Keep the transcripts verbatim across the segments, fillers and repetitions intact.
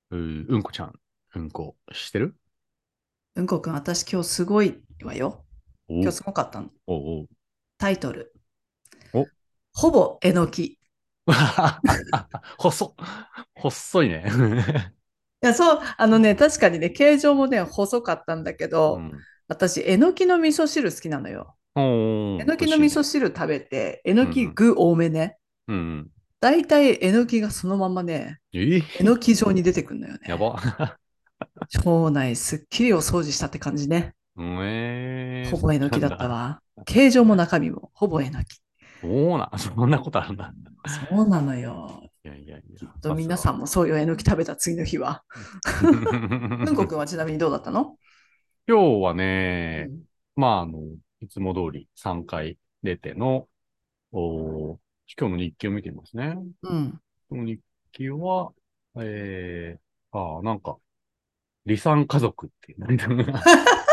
うーうんこちゃん、うんこしてる？ うんこくん、私今日すごいわよ。今お日すごかったの。 おおタイトル。 お。 ほぼえのき。い細っ。細いね。 や、そう、あのね、確かにね、形状もね、細かったんだけど、 うん。 私、えのきの味噌汁好きなのよ。 おー、 えのきの味美味しいね。 噌汁食べて、えのうん。 き具多めね。 うん。 だいたいえのきがそのままね、 ええのき状に出てくるのよやね。 ば。 腸内すっきりお掃除したって感じね。 えー、そほぼえのきだったうなんだ。 わ。形状も中身もほぼえのき。 そうなん、そんなことあるんだ。 そうなのよ。 いやいやいや、 きっとさすが。 皆さんもそういうえのき食べた次の日は。うんこくんはちなみにどうだったの？ 今日はね、 うん。 まあ、あの、いつも通りさんかい出ての、おー、今日の日記を見てみますね。 うん。 この日記は、えー、ああ、なんか、離散家族っていうのが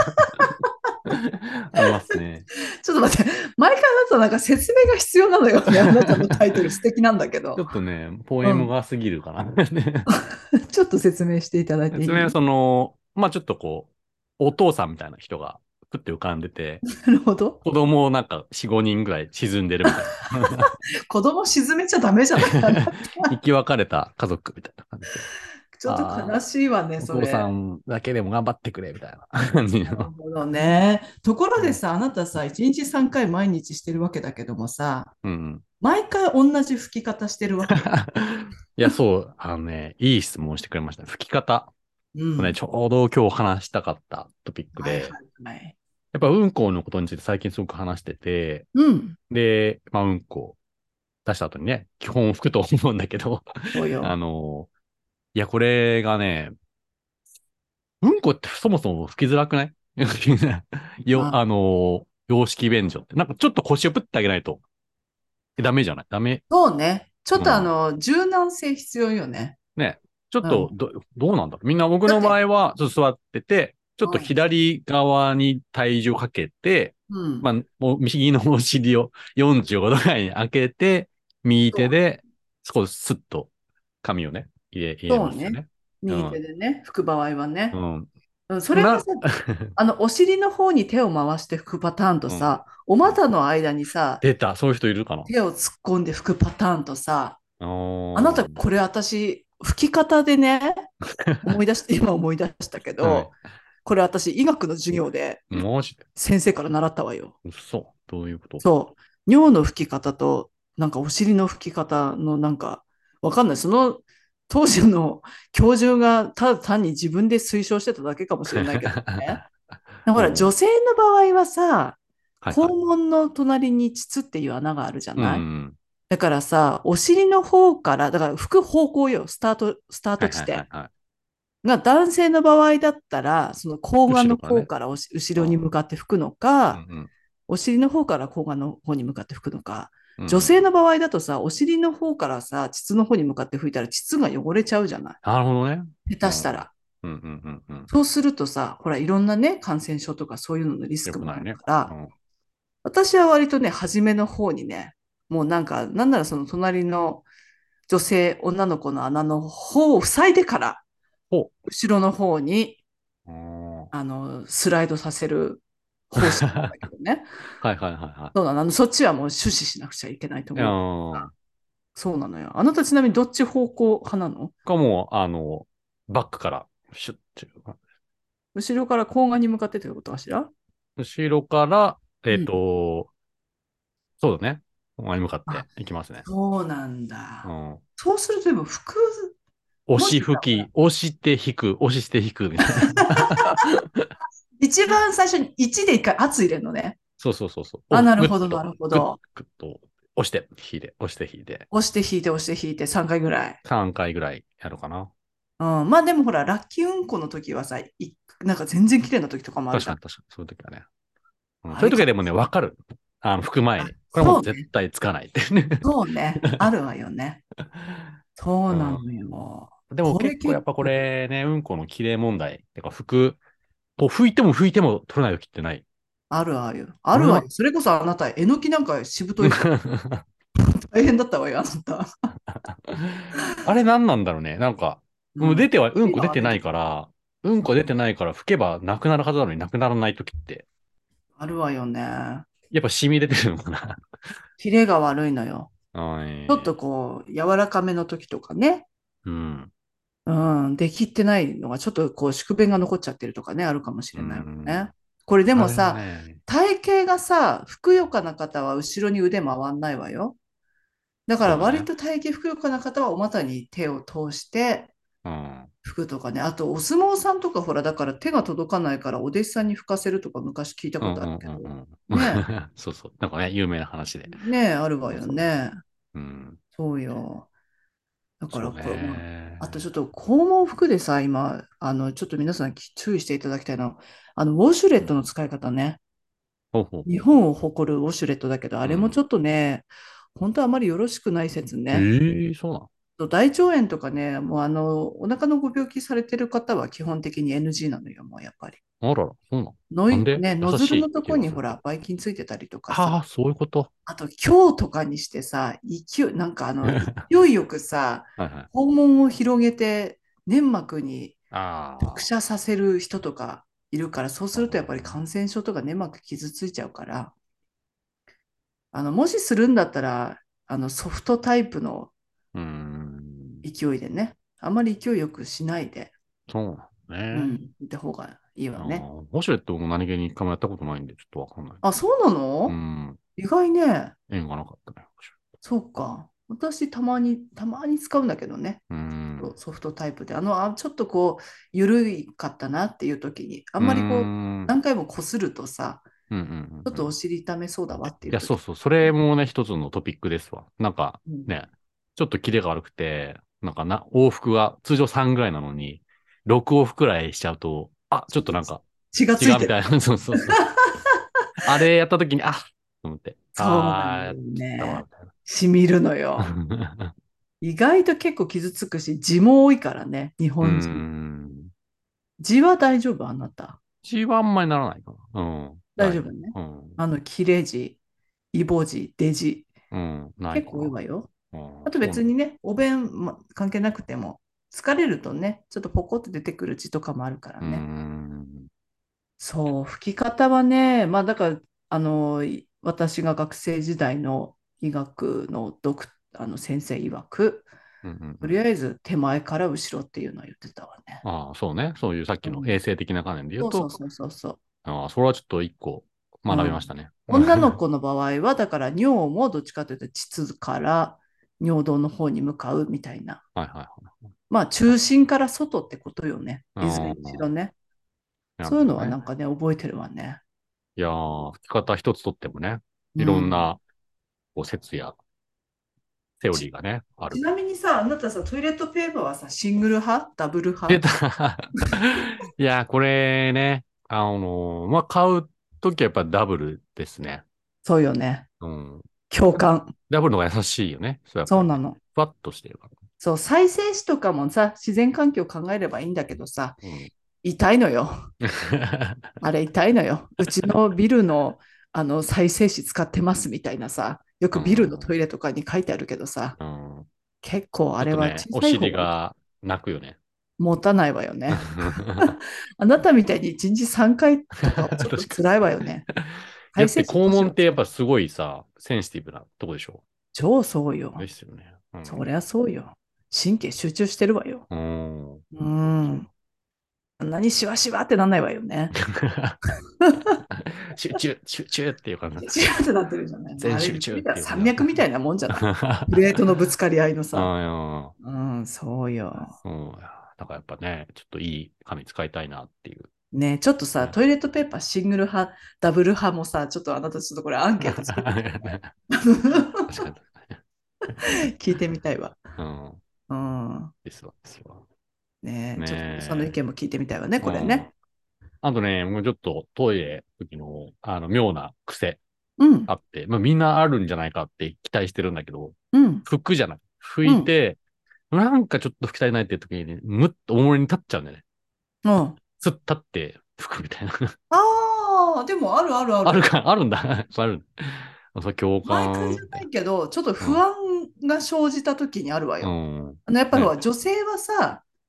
ありますね。 ちょっと待って、毎回あなたなんか説明が必要なのよね。あなたのタイトル素敵なんだけど。 ちょっとね、ポエムうん。 が過ぎるかな。 ちょっと説明していただいていい？ 説明はその、まあちょっとこう、お父さんみたいな人が、ふって浮かんでて、 なるほど。 子供なんかよん、ごにんぐらい沈んでるみたいな。 子供沈めちゃダメじゃない？あなた。 生き別れた家族みたいな感じで。 ちょっと悲ああ、 しいわね、 お父さそれ。 んだけでも頑張ってくれみたいな感じなるの。 ほどね。ところうん。 でさ、あなたさ、いちにちさんかい毎日してるわけだけどもさ、 うん。 毎回同じ吹き方してるわけ？ いや、そう、あのね、いい質問をしてくれました。吹き方。ね、 うん。 ちょうど今日話したかったトピックはいはで、 いはい。 やっぱうんこのことについて最近すごく話してて、 うん。 で、まあうんこ出した後にね、基本拭くと思うんだけど、あそうよ。 の、いや、これがね、うんこってそもそも拭きづらくない？よ、ああ、 の、洋式便所って。なんかちょっと腰をプッてあげないとダメじゃない？ダメ。 そうね。ちょっとあうん。 の、柔軟性必要よね。 ね。ちょっうん。 とど、どうなんだろう。みんな僕の場だって、 合は、ちょっと座ってて、ちょっとうん。 左側に体重をかけて、 うん。 まあ、もう右のお尻をよんじゅうごどぐらいに開けて、右手そうで、少しスッと髪をね、入れ、入れそうね。 ますよね。う右手ん。 でね、拭く場合はね。 うん。 うん、それがな、 さ、あの、お尻の方に手を回して拭くパターンとうん。 さ、おうん。 股の間にさ、 出た。そういう人いるかな？ 手を突っ込んで拭くパターンとさ、 ああなた、 ー。 これ私、拭き方でね、思い出して、今思い出したけはい。 ど、これ私、医学の授業でマジで？ 先生から習ったわよ。 嘘。どういうこと？ そう。尿の拭き方と、なんかお尻の拭き方のなんか、わかんない。その当時の教授がただ単に自分で推奨してただけかもしれないけどね。ほら、 うん。 女性の場合はさ、肛はいはい。 門の隣に膣っていう穴があるじゃうない？ ん。 だからさ、お尻の方から、だから拭く方向よ、スタート、スターはいはいはいト地点。 はい。 が男性の場合だったら、その睾丸の後ろからね。 方からおし後ろにああ。 向かって拭くのうんうか、 ん。 お尻の方から睾丸の方に向かって拭くのか。 うんうん。 女性の場合だとさ、お尻の方からさ、膣の方に向かって拭いたら膣が汚れちゃうじゃない？ なるほどね。 下うん。うん手したら。 うんうんうん。 そうするとさ、ほら、いろんなね、感染症とかそういうののリスクもあよくないね。 るから、 うん。 私は割とね、初めの方にね、もうなんか、なんならその隣の女性、女の子の穴の方を塞いでから、 ほ後ろの方に、 う。うん。 あの、スライドさせる方式なんだけどね。 はいはいはいはそうなの。あのそっちはもう終始しなくちゃいけないとい。いや思うけどー、 さ。そうなのよ。あなたちなみにどっち方向派なの？ かも、あの、バックから、シュッていうか、 後ろから睾丸に向かってってことかしら？ 後ろから、えっうん。 と、そうだね。前に向かっあ、 ていきますね。 そうなんだ。 うん。 そうするとでも服、 押しもしさ、ほら、 吹き、押して引く、押して引くみたいな。 一番最初にいちで一回圧入れるのね。 そうそうそうそう。 あ、 お、 なるほど、なグッと、グッ、 るほど。 グッと、押して、引いて、押して引いて、 押して引いて、押して引いてさんかいぐらい。 さんかいぐらいやるかな。 うん。まあでもほら、ラッキーうんこの時はさ、いなんか全然綺麗な時とかもあるじゃん。 確かに確かに、そういう時はね。うん、 あれか。 そういう時はでもね、わかる。あの、拭く前あ、 に。これはもう絶そうね。 対つかないってね。 そうね。あるわよね。そうなのうん。 よ。 でもこれ結構やっぱこ結構れね、うんこの綺麗問題。てか、拭く、こう拭いても拭いても取れない時ってない？ あるある。あるわよ。 俺は、 それこそあなた、えのきなんかしぶといから大変だったわよ、あなた。 あれ何なんだろうね。なんか、 もううん。 出ては、うんこ今出てないは出てくる。 から、うんこ出てないから拭けばなくなるはずなのになくならないときって、 あるわよね。 やっぱ染み出てるのかな。 キレが悪いのよ。 はちょっとい。 こう、柔らかめの時とかね。 うん。 うん。できってないのが、ちょっとこう、宿便が残っちゃってるとかね、あるかもしうれないもんね。 ん。 これであれはもさ、 ね、 体型がさ、ふくよかな方は後ろに腕回んないわよ。だからそうだね。 割と体型ふくよかな方はお股に手を通してうん。 拭くとかね。あと、お相撲さんとかほら、だから手が届かないからお弟子さんに拭かせるとか昔聞いたことあうんうんるけど。 うんうん。 ねそうそう。なんかね、有名な話で。 え、ねえ、あるわそうそう。 よね。 うん。 そうよ。だかそうらこれ、まあ、あとちょっね。 と肛門服でさ、今、あの、ちょっと皆さんき注意していただきたいのは、あの、ウォシュレットの使い方ね。 ほうほうほ日本を誇るウォシュレットだけど、あう。うん。 れもちょっとね、本当はあまりよろしくない説ね。 ええそうなの？ 大腸炎とかね、もうあの、お腹のご病気されてる方は基本的に エヌジー なのよ、もうやっぱり。 あらら、そうなの？ ノイ、 なんでね、ノズル優しいってのとこにほら、 言いますけど。 ばい菌ついてたりとかさ、 ああ、そういうこと。 あと、今日とかにしてさ、勢い、なんかあの、勢いよくさ、 はいはい。 肛門を広げて、粘膜に直あ射させる人とかいるから、そうすあ。 るとやっぱり感染症とか粘膜傷ついちゃうから、あの、もしするんだったら、あの、ソフトタイプのうーん。 勢いでね、あまり勢いよくしないで、 そうなのね。 うん、いた方がいいわね。 ああ、ウォシュレットも何気に一回もやったことないんで、ちょっとわかんない。 あ、そうなうの？ ん。 意外ね。 縁がなかったね。ウォシュそうか。私、たまに、たまに使うんだけどね。 レットうーん。 ソフトタイプで。あの、あ、ちょっとこう、緩いかったなっていう時に、あうーんまりこう、 ん。 何回もこするとさ、 うんうんちょっうんうん。 とお尻痛めそうだわっていいや、そうう時。 そう。それもね、一つのトピックですわ。なんか、 うん、 ね、ちょっとキレが悪くて、なんかな、往復が通常さんぐらいなのに、ろく往復くらいしちゃうと、あ、ちょっとなんか、 血がついてる。 違うみたいな。そうそうそう。あれやった時に、あと思って、 そうなあー、やっんだよちゃったわ、 ね。 みたいしみるのよ。 な。 意外と結構傷つくし、痔も多いからね、日うー本人。 ん。 痔は大丈夫あなた？ 血はあんまりならないかな。うん。大丈大丈夫ね。 夫。うん。 あの、切れ痔、イボ痔、デジ、 うん。ない結かな。 構多いわよ。 あああ、そうなんだ。 と別にね、お便、ま、関係なくても、疲れるとね、ちょっとポコッと出てくる痔とかもあるからうーね。 ん。 そう、吹き方はね、まあだから、あの、い私が学生時代の医学のドク、あの先生曰く、 うんうんうん。 とりあえず手前から後ろっていうのは言ってたわね。 ああ、そうね。そういうさっきのうん、 衛生的な観念で言うと、 そうそうそうそうそああ、それはちょっと一個う。う学びましたん。 ね。 女の子の場合は、だから尿もどっちかというと膣から尿道の方に向かうみたいな。 はいはいはい。 まあ中心から外ってことよね。いずれああ、 にしろね。そういうのなるほどね。 はなんかね、覚えてるわね。 いやー、吹き方一つとってもね、 ういろんん。 なこう説やセオリーがね、あちる。 なみにさ、あなたさ、トイレットペーパーはさ、シングル派ダブル出派？ た。いやー、これね、あのーまあ、買うときはやっぱダブルですね。 そうよね。 うん。 共感。 ダブルの方が優しいよね。そう、やっぱりね。 そうなの。 ふわっとしてるかそう、再生紙とかもさ、自然環境を考えればいいんだけどさ、 ら。うん。 痛いのよ。あれ痛いのよ。うちのビルの、あの再生紙使ってますみたいなさ、ようくビルのトん。 イレとかに書いてあるけどさ、 うん。 結構あれはちょっとね、お小さい方が尻が泣くよね。 持たないわよね。あなたみたいにいちにちさんかいとかはちょっと確かに。 辛いわよね。 だって再生紙肛門ってやっどうしよう。 ぱすごいさ、センシティブなとこでしょ？ 超そうよ。 ですよね。うん。 そりゃそうよ。神経集中してるわよ。 うん。 うん。あんなにシワシワってなんないわよね。 集中、集中っていう感じ。 シワってなってるじゃない。もうあれ全集言ってみたら中っていう感山脈みたいなもんじゃない。 じ。 プレートのぶつかり合いのさ。 あうん、そうよ。 あ、うん。だからやっぱね、ちょっといい紙使いたいなっていう。 ね、ちょっとさ、 ね。 トイレットペーパーシングル派、ダブル派もさ、ちょっとあなたちょっとこれアンケート作ってみてね。 確かに。 聞いてみたいわ。 うん。 うん。 ですわ、ですわ。 ね、ちょっとその意ね見も聞いてみたいわね、 え。うん。 これね。 あとね、もうちょっとトイレの時の、あの、妙な癖うん、 あって、まあみんなあるんじゃないかって期待してるんだけど、 うん、 拭くじゃない。拭うん、 いて、なんかちょっと拭き足りないっていう時にね、むっと重りに立っちゃうんだよね。 うん。 すっ立って拭くみたいな。 ああ、でもあるあるある。 あるか、あるんだ。ある。そう、共毎回じゃ感みたいないけど、ちょっとな。 不安が生じた時にあるわうよ。 ん。うん。 あの、やっぱりほね。 ら女性はさ、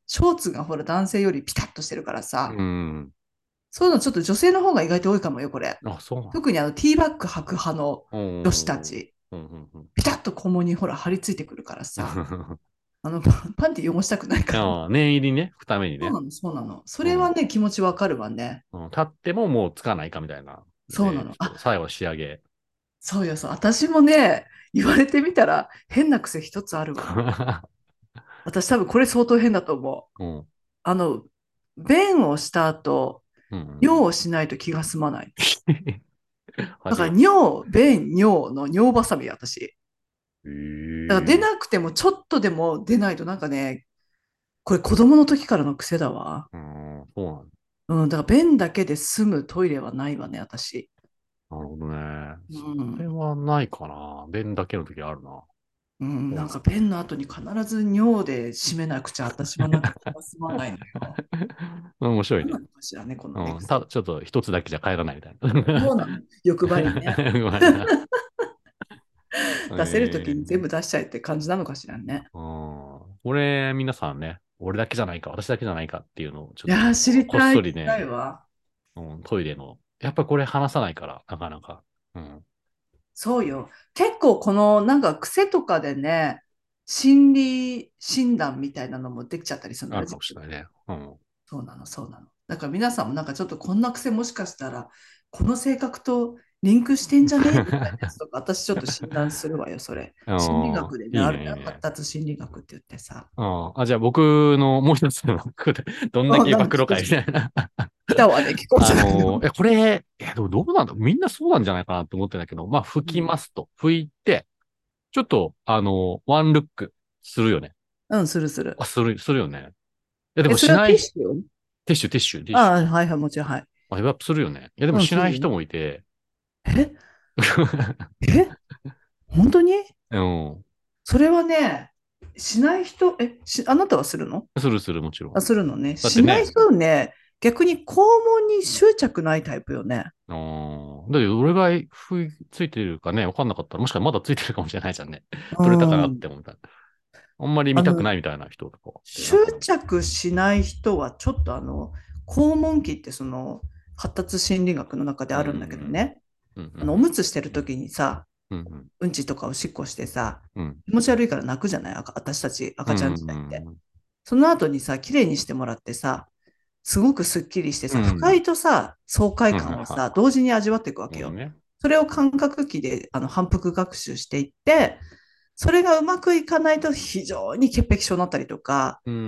ショーツがほら男性よりピタッとしてるからうさ、 ん。 そういうのちょっと女性の方が意外と多いかもよ、これ。 あ、そうなんだ。 特にあのティーバッグ履く派のう女子たん。 ち、 うんうんうん。 ピタッと肛門にほら張り付いてくるからさ、あのパパンティ汚したくないから。 ああ、念入りね、拭くためにね。 そうなの、そうなの。そうん。 れはね、気持ちわかるわね。 うん、立ってももうつかないかみたいな。で、 そうなの。あ、 ちょっと最後仕上げ。 そうよ、そう。私もね、言われてみたら変な癖一つあるわ。私多分これ相当変だと思う。 うん。 あの、便をした後、 うん。 尿をしないと気が済まない。だから初めて。 尿、便、尿の尿ばさみ、私。 へだから出え。 なくてもちょっとでも出ないとなんかね、これ子供の時からの癖だわ。 うん、そうなんだ。 うん、だから便だけで済むトイレはないわね、私。 なるほどね。 うそれん。 はないかな。便だけの時あるな。 うん、なんかうん。 便の後に必ず尿で締めなくちゃ私はなんか気が済まないのよ。 面白いね。 何なのかしらね、このね、 うん。た癖。 だ、ちょっと一つだけじゃ帰らないみたいな。 そうなの。欲張りね。 ごめんな。 出せるときに全部ええ、 出しちゃえって感じなのかしらね。 うん。これ、皆さんね、俺だけじゃないか、私だけじゃないかっていうのをちょっといやー、知りこったい、聞きたいそりね、 わ。 うん、トイレの。やっぱこれ話さないから、なかなか。うん。 そうよ。結構このなんか癖とかでね、心理診断みたいなのもできちゃったりするのよ、 あるかもし実は。 れないね。うん。 そうなの、そうなの。だから皆さんもなんかちょっとこんな癖もしかしたら、この性格とリンクしてんじゃねみたいなやつとか、私ちょっと診断するわよ、それ。 う心理ん。 学でね、 いいね、 あるね。 いいね。 発達心理学って言ってさ。 うん。あ、じゃあ僕のもう一つのどんだあ、 け暴なんか露会みたいな。 来たわね、聞こうじあゃないの。 のー、え、これ、いや、でもどうなんだみんなそうなんじゃないかなって思ってんだけど、まあ、拭きうん、 ますと。拭いて、ちょっと、あのー、ワンルックするよね。 うん、するする。 あ、する、するよね。いや、でえ、それはもしない、 ティッシュ？ ティッシュ、ティッシュ、ティッシュ。 ああ、はいはい、もちろん、はい。 あ、やっぱするよね。いや、でもうん、するよ。 しない人もいて、 ええ本当に？ うん。 それはね、しない人、え、し、あなたはするの？ するする、もちろあ、 ん。 するのね。 だってね、 しない人ね、逆に肛門に執着ないタイプよね。 あーだって俺が拭いついてるかね、わかんなかったら、もしかしたらまだついてるかもしれないじゃんね。 う取れたかなっん。 て思った。あんまり見たくあの、 ないみたいな人とかって執なんか、 着しない人は、ちょっとあの、肛門期ってその、発達心理学の中でうあるんだけどん、 ね、 うん、うあの、おん、 むつしてる時にさ、 うん、 うんちとかおしっこしてさ、 うん、 気持ち悪いから泣くじゃない赤私たちうん、 赤ちゃん時代って。 うん、 その後にさ、綺麗にしてもらってさ、すごくすっきりしてさ、不うん、 快とさ、爽快うん、 感をさ、 は、 同時に味わっていくわけよ。 もうね。 それを感覚器であの反復学習していって、それがうまくいかないと非常に潔癖症になったりとか、 うん、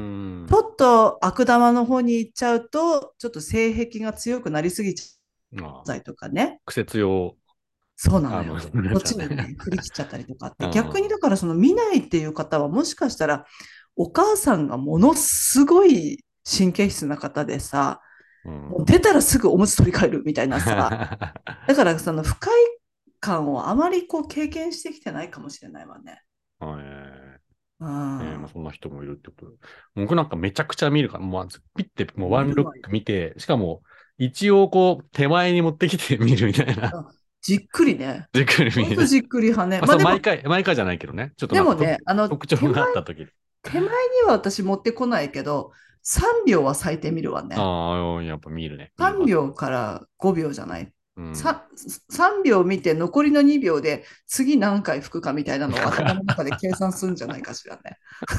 ちょっと悪玉の方に行っちゃうと、ちょっと性癖が強くなりすぎちゃったまあ、 りとかね。 苦節用、 そうなのあの、 よ。 なっこっちゃうね。 ちにね、振り切っちゃったりとかっうて。逆にん、 だからその見ないっていう方はもしかしたらお母さんがものすごい神経質な方でさ、 うん。 もう出たらすぐおむつ取り替えるみたいなさ、だからその不快感をあまりこう経験してきてないかもしれないわね。 えうーえーまあ、 ん。 そんな人もいるってことで。僕なんかめちゃくちゃ見るから、もうピッて、もうワンルッ見るわよ。 ク見て、しかも、一応こう、手前に持ってきて見るみたいな。 うん、じっくりね。 じっくり見る。 ほんとじっくり派ね。 まあ、そう、 まあでも、 毎回、毎回じゃないけどね。ちょっとなんかとでもね、あの、 特徴手前、 があったとき。 手前には私持ってこないけど、さんびょうは最低見るわね。 ああ、やっぱ見るね。見る 3 はず。 秒からごびょうじゃない。 うん。 ささんびょう見て残りのにびょうで次何回吹くかみたいなのを頭の中で計算するんじゃないかしらね。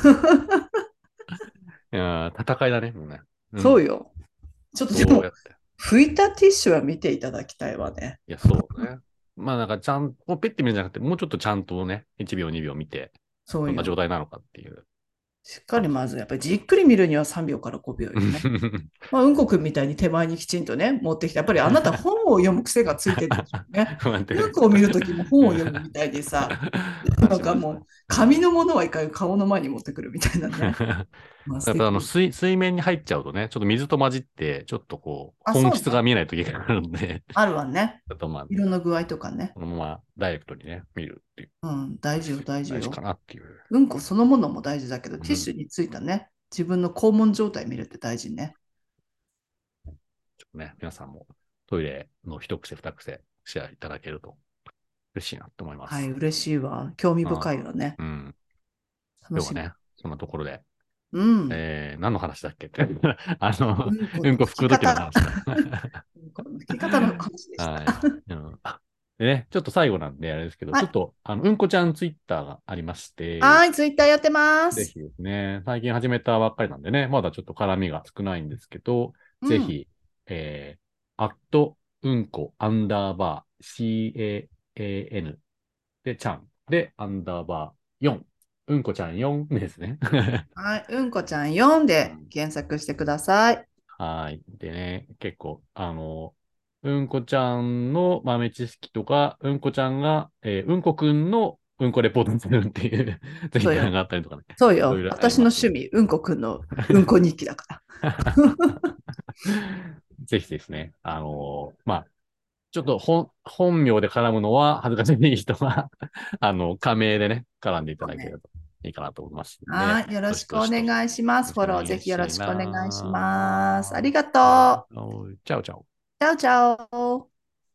いやー、戦いだね、もうね。うん。 そうよ。ちょっとでも、 どうやって。 拭いたティッシュは見ていただきたいわね。 いや、そうね。まあなんかちゃんと、ペッて見るんじゃなくて、もうちょっとちゃんとね、いちびょう、にびょう見て、どんな状そうよ。 態なのかっていうしっかり感じ。 まず、やっぱりじっくり見るにはさんびょうからごびょうよね。まあ、うんこくんみたいに手前にきちんとね、持ってきて、やっぱりあなた本を読む癖がついてるでしょうね。 待ってね。 うんこを見るときも本を読むみたいでさ、 あ、しますね。 なんかもう、 うん。 紙のものはいかに顔の前に持ってくるみたいなね。まあ素やっぱあの敵。 水、水面に入っちゃうとね、ちょっと水と混じって、ちょっとこう、 あ、 本そうね。 質が見えないといけなくなるんで、 あるわね。 ちょっとまあね、 色の具合とかね。 このままダイレクトにね、見るっていう、 うん、大事よ、大事大事かよ。 なっていう。 うんこそのものも大事だけど、 うん。 ティッシュについたね、自分の肛門状態見るって大事ね。 ちょっとね、皆さんもトイレの一癖二癖シェアいただけると嬉しいなと思いまはい、 す。 嬉しいわ。興味うん。 深いわね。 うん。 楽しみ。 今日はね、そんなところでうん。 えー、何の話だっけって。あの、 うんこのうんこ拭くときの吹き方。 話か。 うんこの吹き方の話でした。 はい。うん、あでね、ちょっと最後なんであれですけど、 はい。 ちょっと、あの、うんこちゃんツイッターがありまして、 はい、ツイッターやってます。 ぜひですね、最近始めたばっかりなんでね、まだちょっと絡みが少ないんですけど、 うん。 ぜひ、えー、アットうんこアンダーバー シーエーエーエヌ で、ちゃんで、アンダーバーよん。うんこちゃんよんですね。 はい、うんこちゃんよんでうん、 検索してください。 はい。でね、結構、あの、うんこちゃんの豆知識とか、うんこちゃんが、えーうんこくんのうんこレポートにするっていうツイッターそうよ。 があったりとかね、 そうよ。 いろいろありますんで。 私の趣味、うんこくんのうんこ日記だから。 ぜひですね、あのまあ、ちょっと本、本名で絡むのは恥ずかしい人はあの、仮名でね、絡んでいたそうね。 だけるといいかなと思いますんで、 はい、よろどしくおしどしとよ願いします。 ろしくおフォローぜ願いしひよろしくお願いします。あます。 りがとう。 チャオチャオ。 チャオチャオ。